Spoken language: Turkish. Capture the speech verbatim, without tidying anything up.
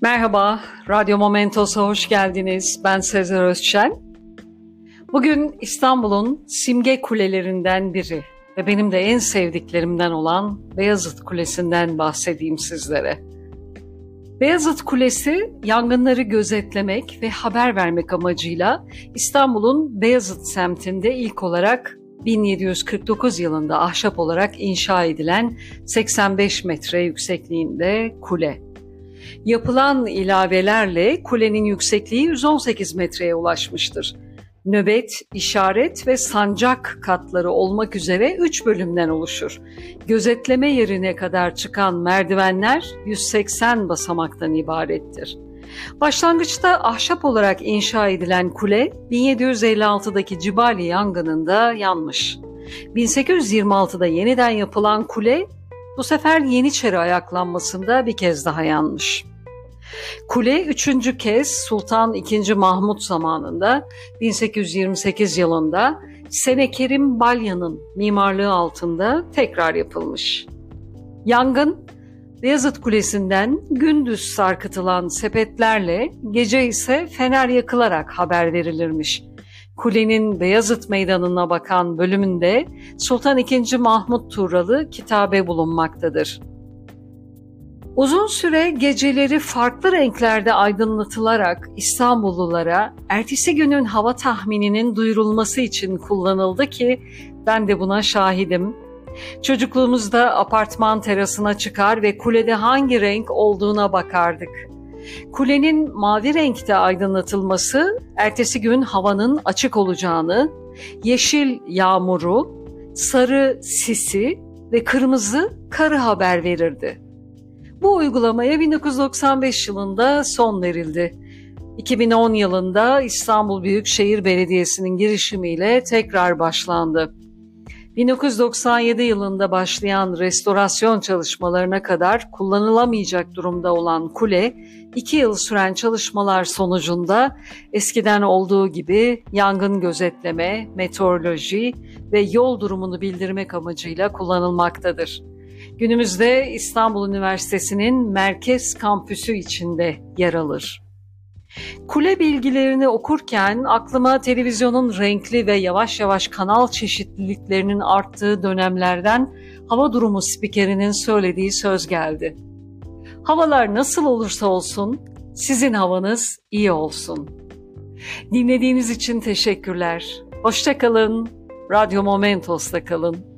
Merhaba, Radyo Momentos'a hoş geldiniz. Ben Sezer Özçen. Bugün İstanbul'un simge kulelerinden biri ve benim de en sevdiklerimden olan Beyazıt Kulesi'nden bahsedeyim sizlere. Beyazıt Kulesi, yangınları gözetlemek ve haber vermek amacıyla İstanbul'un Beyazıt semtinde ilk olarak bin yedi yüz kırk dokuz yılında ahşap olarak inşa edilen seksen beş metre yüksekliğinde kule. Yapılan ilavelerle kulenin yüksekliği yüz on sekiz metreye ulaşmıştır. Nöbet, işaret ve sancak katları olmak üzere üç bölümden oluşur. Gözetleme yerine kadar çıkan merdivenler yüz seksen basamaktan ibarettir. Başlangıçta ahşap olarak inşa edilen kule bin yedi yüz elli altıdaki Cibali yangınında yanmış. bin sekiz yüz yirmi altıda yeniden yapılan kule bu sefer Yeniçeri ayaklanmasında bir kez daha yanmış. Kule üçüncü kez Sultan ikinci. Mahmut zamanında bin sekiz yüz yirmi sekiz yılında Senekerim Balya'nın mimarlığı altında tekrar yapılmış. Yangın, Beyazıt Kulesi'nden gündüz sarkıtılan sepetlerle, gece ise fener yakılarak haber verilirmiş. Kulenin Beyazıt Meydanı'na bakan bölümünde Sultan ikinci. Mahmut Tuğralı kitabe bulunmaktadır. Uzun süre geceleri farklı renklerde aydınlatılarak İstanbullulara ertesi günün hava tahmininin duyurulması için kullanıldı ki ben de buna şahidim. Çocukluğumuzda apartman terasına çıkar ve kulede hangi renk olduğuna bakardık. Kulenin mavi renkte aydınlatılması ertesi gün havanın açık olacağını, yeşil yağmuru, sarı sisi ve kırmızı karı haber verirdi. Bu uygulamaya bin dokuz yüz doksan beş yılında son verildi. iki bin on yılında İstanbul Büyükşehir Belediyesi'nin girişimiyle tekrar başlandı. bin dokuz yüz doksan yedi yılında başlayan restorasyon çalışmalarına kadar kullanılamayacak durumda olan kule, iki yıl süren çalışmalar sonucunda eskiden olduğu gibi yangın gözetleme, meteoroloji ve yol durumunu bildirmek amacıyla kullanılmaktadır. Günümüzde İstanbul Üniversitesi'nin merkez kampüsü içinde yer alır. Kule bilgilerini okurken aklıma televizyonun renkli ve yavaş yavaş kanal çeşitliliklerinin arttığı dönemlerden hava durumu spikerinin söylediği söz geldi. Havalar nasıl olursa olsun, sizin havanız iyi olsun. Dinlediğiniz için teşekkürler. Hoşça kalın. Radyo Momentos'ta kalın.